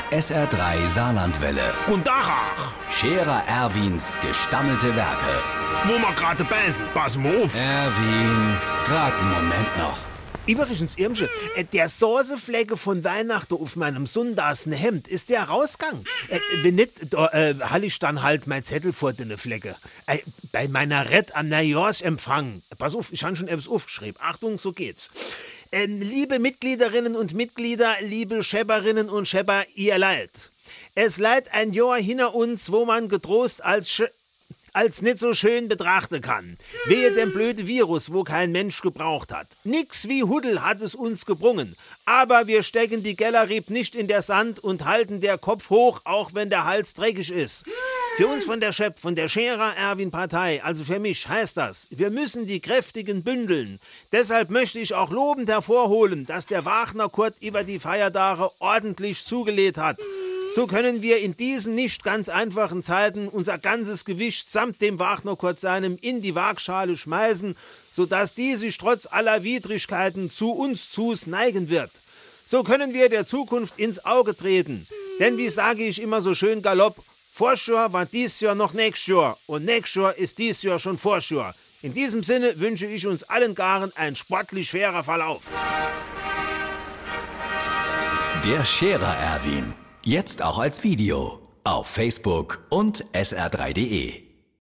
SR3 Saarlandwelle. Guten Tag. Scherer Erwins gestammelte Werke. Wo wir gerade beißen, passen wir auf. Erwin, grad einen Moment noch. Übrigens, Irmsche, der Soßeflecke von Weihnachten auf meinem sonntags'n Hemd, ist der rausgegangen? Wenn nicht, hall ich dann halt mein Zettel vor den Flecke. Bei meiner Rett am Neujahrsempfang. Pass auf, ich habe schon etwas aufgeschrieben. Achtung, so geht's. Liebe Mitgliederinnen und Mitglieder, liebe Schepperinnen und Schepper, ihr Leid. Es leiht ein Jahr hinter uns, wo man getrost als nicht so schön betrachten kann. Wehe dem blöde Virus, wo kein Mensch gebraucht hat. Nix wie Huddel hat es uns gebrungen. Aber wir stecken die Gellerrieb nicht in der Sand und halten der Kopf hoch, auch wenn der Hals dreckig ist. Für uns von der Schepp, von der Scherer Erwin Partei, also für mich, heißt das, wir müssen die Kräftigen bündeln. Deshalb möchte ich auch lobend hervorholen, dass der Wagner Kurt über die Feiertage ordentlich zugelegt hat. So können wir in diesen nicht ganz einfachen Zeiten unser ganzes Gewicht samt dem Wagner Kurt seinem in die Waagschale schmeißen, sodass die sich trotz aller Widrigkeiten zu uns zus neigen wird. So können wir der Zukunft ins Auge treten. Denn wie sage ich immer so schön galopp, Vorschau war dies Jahr noch nächstes Jahr und nächstes Jahr ist dies Jahr schon Vorschau. In diesem Sinne wünsche ich uns allen Garen ein sportlich fairer Verlauf. Der Scherer Erwin. Jetzt auch als Video. Auf Facebook und sr3.de.